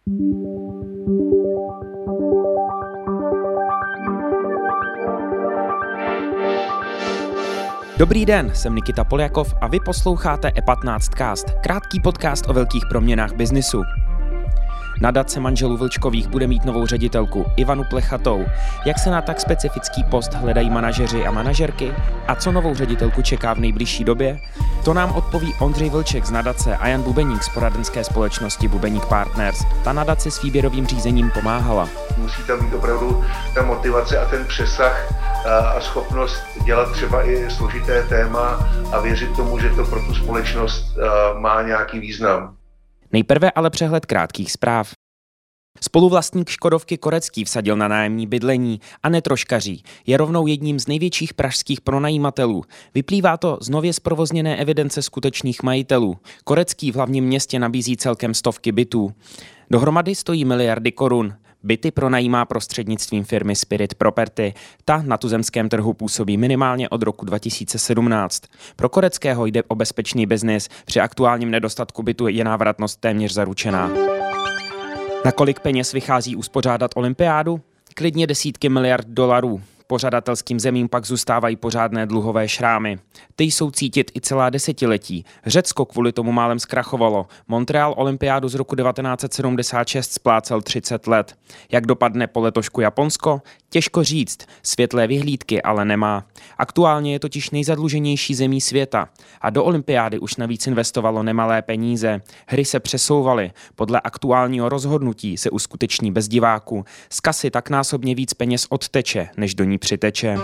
Dobrý den, jsem Nikita Poljakov a vy posloucháte E15cast, krátký podcast o velkých proměnách biznisu. Nadace manželů Vlčkových bude mít novou ředitelku Ivanu Plechatou. Jak se na tak specifický post hledají manažeři a manažerky a co novou ředitelku čeká v nejbližší době? To nám odpoví Ondřej Vlček z nadace a Jan Bubeník z poradenské společnosti Bubeník Partners. Ta nadaci s výběrovým řízením pomáhala. Musí tam být opravdu ta motivace a ten přesah a schopnost dělat třeba i složité téma a věřit tomu, že to pro tu společnost má nějaký význam. Nejprve ale přehled krátkých zpráv. Spoluvlastník Škodovky Korecký vsadil na nájemní bydlení a netroškaří. Je rovnou jedním z největších pražských pronajímatelů. Vyplývá to z nově zprovozněné evidence skutečných majitelů. Korecký v hlavním městě nabízí celkem stovky bytů. Dohromady stojí miliardy korun. Byty pronajímá prostřednictvím firmy Spirit Property. Ta na tuzemském trhu působí minimálně od roku 2017. Pro Koreckého jde o bezpečný biznis. Při aktuálním nedostatku bytu je návratnost téměř zaručená. Na kolik peněz vychází uspořádat olympiádu? Klidně desítky miliard dolarů. Pořadatelským zemím pak zůstávají pořádné dluhové šrámy. Ty jsou cítit i celá desetiletí. Řecko kvůli tomu málem zkrachovalo. Montreal olympiádu z roku 1976 splácel 30 let. Jak dopadne po letošku Japonsko? Těžko říct. Světlé vyhlídky ale nemá. Aktuálně je totiž nejzadluženější zemí světa. A do olympiády už navíc investovalo nemalé peníze. Hry se přesouvaly. Podle aktuálního rozhodnutí se uskuteční bez diváků. Z kasy tak násobně víc peněz odteče, než do ní přiteče.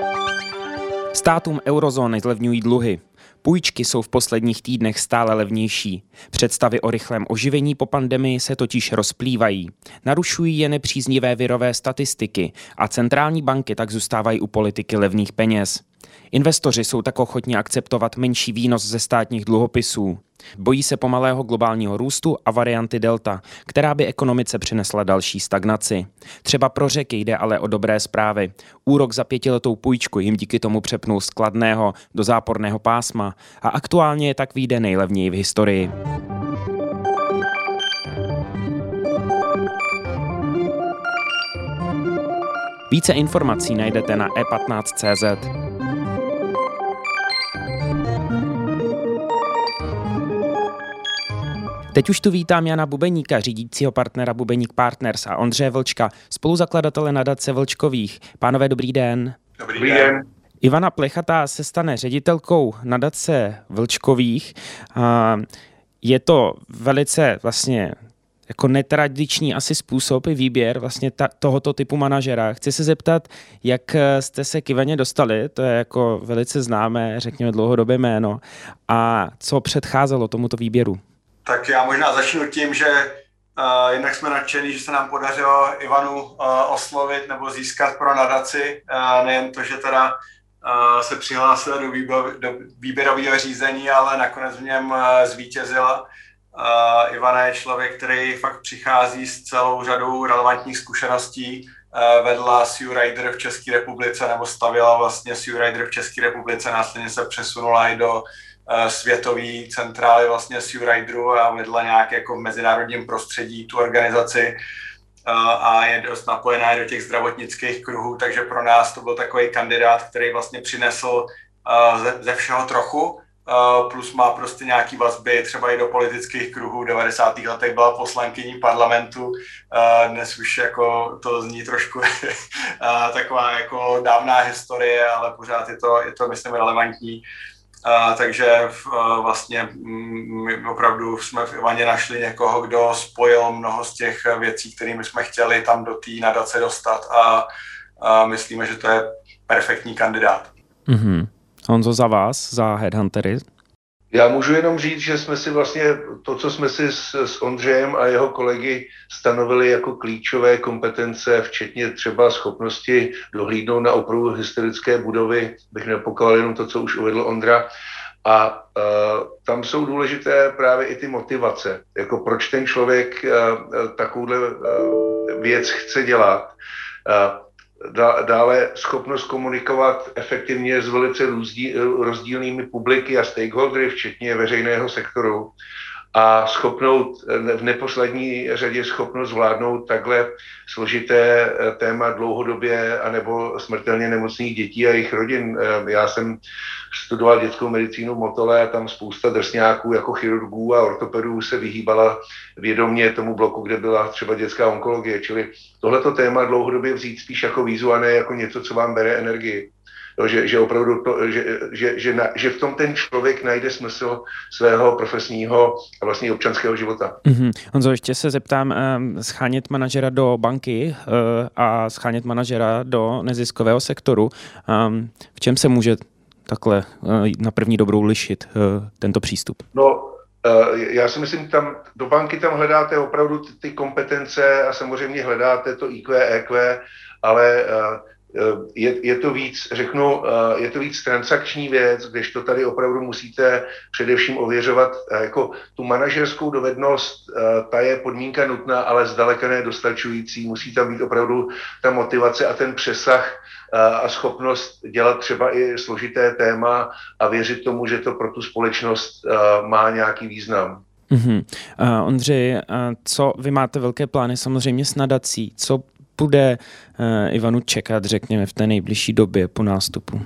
Státům eurozóny zlevňují dluhy. Půjčky jsou v posledních týdnech stále levnější. Představy o rychlém oživení po pandemii se totiž rozplývají. Narušují je nepříznivé virové statistiky a centrální banky tak zůstávají u politiky levných peněz. Investoři jsou tak ochotní akceptovat menší výnos ze státních dluhopisů. Bojí se pomalého globálního růstu a varianty delta, která by ekonomice přinesla další stagnaci. Třeba pro Řeky jde ale o dobré zprávy. Úrok za 5letou půjčku jim díky tomu přepnul z kladného do záporného pásma a aktuálně je tak vyjde nejlevněji v historii. Více informací najdete na e15.cz. Teď už tu vítám Jana Bubeníka, řídícího partnera Bubeník Partners a Ondřeje Vlčka, spoluzakladatele nadace Vlčkových. Pánové, dobrý den. Dobrý den. Ivana Plechatá se stane ředitelkou nadace Vlčkových. Je to velice vlastně jako netradiční asi způsob i výběr vlastně tohoto typu manažera. Chci se zeptat, jak jste se k Ivaně dostali, to je jako velice známé, řekněme dlouhodobé jméno, a co předcházelo tomuto výběru? Tak já možná začnu tím, že jednak jsme nadšení, že se nám podařilo Ivanu oslovit nebo získat pro nadaci. Nejen to, že teda se přihlásila do výběrového řízení, ale nakonec v něm zvítězila. Ivana je člověk, který fakt přichází s celou řadou relevantních zkušeností. Vedla SeaRider v České republice nebo stavěla vlastně SeaRider v České republice, následně se přesunula i do světový centrály vlastně SeaRideru a vedla nějak jako v mezinárodním prostředí tu organizaci a je dost napojená do těch zdravotnických kruhů, takže pro nás to byl takový kandidát, který vlastně přinesl ze všeho trochu, plus má prostě nějaký vazby třeba i do politických kruhů. V 90. letech byla poslankyní parlamentu, dnes už jako to zní trošku taková jako dávná historie, ale pořád je to myslím relevantní. Takže vlastně my opravdu jsme v Ivaně našli někoho, kdo spojil mnoho z těch věcí, kterými jsme chtěli tam do té nadace dostat a myslíme, že to je perfektní kandidát. Mm-hmm. Honzo, za vás, za Headhuntery? Já můžu jenom říct, že jsme si vlastně to, co jsme si s Ondřejem a jeho kolegy stanovili jako klíčové kompetence, včetně třeba schopnosti dohlídnout na opravu historické budovy, bych neopakoval jenom to, co už uvedl Ondra. A tam jsou důležité právě i ty motivace, jako proč ten člověk takovouhle věc chce dělat. Dále schopnost komunikovat efektivně s velice rozdílnými publiky a stakeholdery, včetně veřejného sektoru. a v neposlední řadě schopnost zvládnout takhle složité téma dlouhodobě anebo smrtelně nemocných dětí a jejich rodin. Já jsem studoval dětskou medicínu v Motole a tam spousta drsňáků jako chirurgů a ortopedů se vyhýbala vědomě tomu bloku, kde byla třeba dětská onkologie. Čili tohleto téma dlouhodobě vzít spíš jako výzvu a ne jako něco, co vám bere energii. Že opravdu že v tom ten člověk najde smysl svého profesního a vlastně občanského života. Honzo, ještě se zeptám, schánět manažera do banky a schánět manažera do neziskového sektoru. V čem se může takhle na první dobrou lišit tento přístup? No, já si myslím, do banky tam hledáte opravdu ty kompetence a samozřejmě hledáte to IQ, EQ, ale je to víc, je to víc transakční věc, kdežto tady opravdu musíte především ověřovat jako tu manažerskou dovednost, ta je podmínka nutná, ale zdaleka ne dostačující. Musí tam být opravdu ta motivace a ten přesah a schopnost dělat třeba i složité téma a věřit tomu, že to pro tu společnost má nějaký význam. Ondřej, co vy máte velké plány samozřejmě s nadací? Co bude Ivanu čekat, řekněme, v té nejbližší době po nástupu?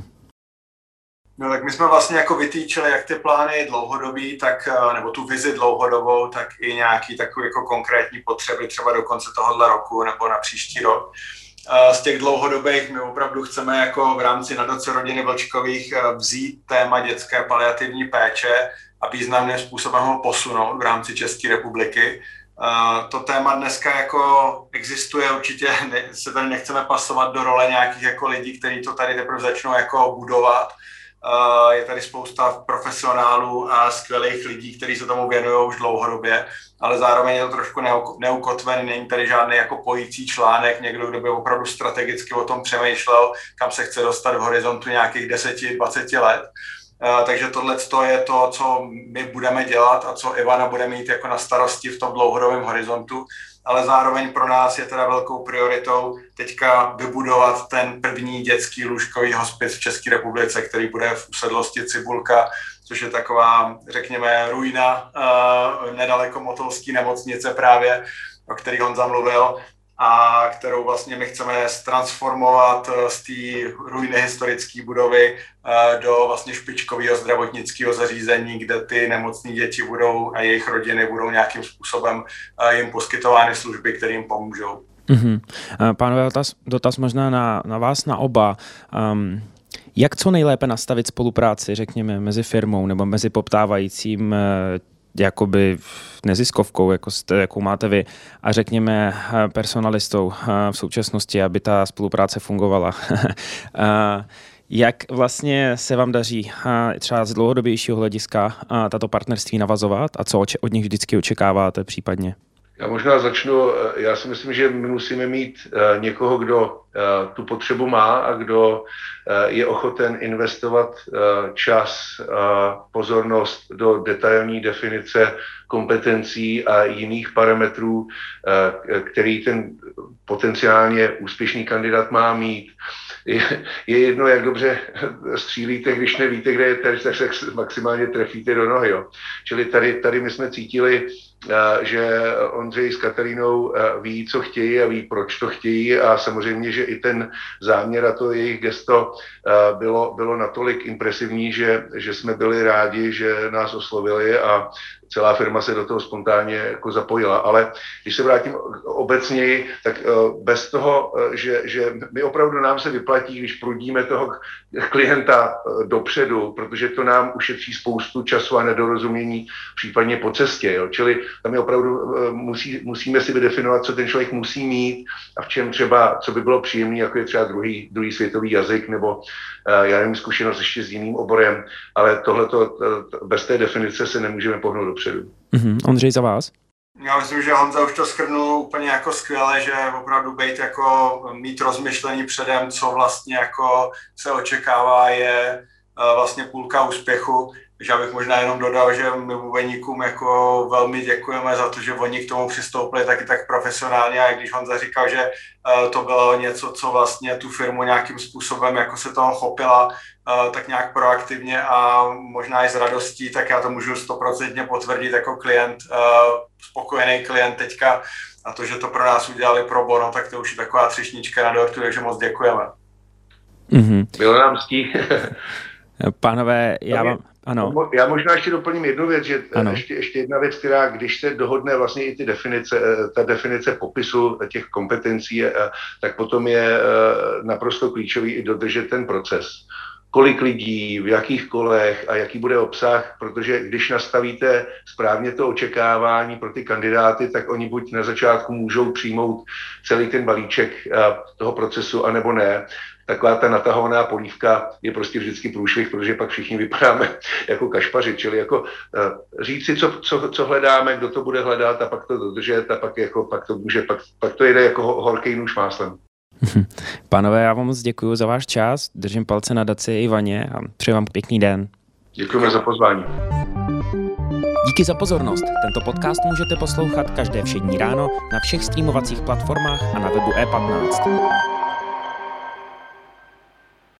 No tak my jsme vlastně jako vytýčili jak ty plány dlouhodobý, tak, nebo tu vizi dlouhodobou, tak i nějaký takový jako konkrétní potřeby třeba do konce tohohle roku nebo na příští rok. Z těch dlouhodobých my opravdu chceme jako v rámci nadace rodiny Vlčkových vzít téma dětské paliativní péče a významným způsobem ho posunout v rámci České republiky. To téma dneska jako existuje, určitě se tady nechceme pasovat do role nějakých jako lidí, kteří to tady teprve začnou jako budovat. Je tady spousta profesionálů a skvělých lidí, kteří se tomu věnují už dlouhodobě, ale zároveň je to trošku neukotvený, není tady žádný jako pojící článek, někdo, kdo by opravdu strategicky o tom přemýšlel, kam se chce dostat v horizontu nějakých 10-20 let. Takže tohle je to, co my budeme dělat a co Ivana bude mít jako na starosti v tom dlouhodobém horizontu, ale zároveň pro nás je teda velkou prioritou teďka vybudovat ten první dětský lůžkový hospic v České republice, který bude v usedlosti Cibulka, což je taková, řekněme, ruina nedaleko Motolské nemocnice právě, o který Honza mluvil, a kterou vlastně my chceme transformovat z té ruiny historické budovy do vlastně špičkového zdravotnického zařízení, kde ty nemocné děti budou a jejich rodiny budou nějakým způsobem jim poskytovány služby, které jim pomůžou. Pánové, dotaz možná na vás, na oba. Jak co nejlépe nastavit spolupráci, řekněme, mezi firmou nebo mezi poptávajícím jakoby neziskovkou, jakou máte vy, a řekněme personalistou v současnosti, aby ta spolupráce fungovala. Jak vlastně se vám daří třeba z dlouhodobějšího hlediska tato partnerství navazovat a co od nich vždycky očekáváte případně? Já možná začnu. Já si myslím, že my musíme mít někoho, kdo tu potřebu má a kdo je ochoten investovat čas, pozornost do detailní definice kompetencí a jiných parametrů, který ten potenciálně úspěšný kandidát má mít. Je jedno, jak dobře střílíte, když nevíte, kde je terč, tak se maximálně trefíte do nohy. Jo. Čili tady my jsme cítili, že Ondřej s Katarínou ví, co chtějí a ví, proč to chtějí, a samozřejmě, že i ten záměr a to jejich gesto bylo natolik impresivní, že jsme byli rádi, že nás oslovili a celá firma se do toho spontánně jako zapojila. Ale když se vrátím obecněji, tak bez toho, že my opravdu nám se vyplatí, když prudíme toho klienta dopředu, protože to nám ušetří spoustu času a nedorozumění, případně po cestě. Jo. Čili tam je opravdu musíme si vydefinovat, co ten člověk musí mít a v čem třeba, co by bylo příjemné, jako je třeba druhý světový jazyk, nebo já nevím, zkušenost ještě s jiným oborem, ale tohleto bez té definice se nemůžeme pohnout dopředu. Ondřej, za vás? Já myslím, že Honza už to shrnul úplně jako skvěle, že opravdu být jako mít rozmyšlení předem, co vlastně jako se očekává, je vlastně půlka úspěchu. že abych možná jenom dodal, že my bubeníkům jako velmi děkujeme za to, že oni k tomu přistoupili taky tak profesionálně, a když Honza říkal, že to bylo něco, co vlastně tu firmu nějakým způsobem jako se toho chopila, tak nějak proaktivně a možná i s radostí, tak já to můžu 100% potvrdit jako klient, spokojený klient teďka, a to, že to pro nás udělali pro bono, tak to už je taková třešnička na dortu, takže moc děkujeme. Bylo nám ctí. Pánové, ano. Já možná ještě doplním jednu věc, že ještě jedna věc, která, když se dohodne vlastně i ty definice, ta definice popisu těch kompetencí, tak potom je naprosto klíčový i dodržet ten proces. Kolik lidí, v jakých kolech a jaký bude obsah, protože když nastavíte správně to očekávání pro ty kandidáty, tak oni buď na začátku můžou přijmout celý ten balíček toho procesu, anebo ne. Taková ta natahovaná polívka je prostě vždycky průšvih, protože pak všichni vypadáme jako kašpaři, čili jako říct si, co hledáme, kdo to bude hledat a pak to dodržet a pak to jede jako horký nůž máslem. Pánové, já vám moc děkuji za váš čas, držím palce na Daci i Ivaně a přeji vám pěkný den. Děkujeme za pozvání. Díky za pozornost. Tento podcast můžete poslouchat každé všední ráno na všech streamovacích platformách a na webu E15.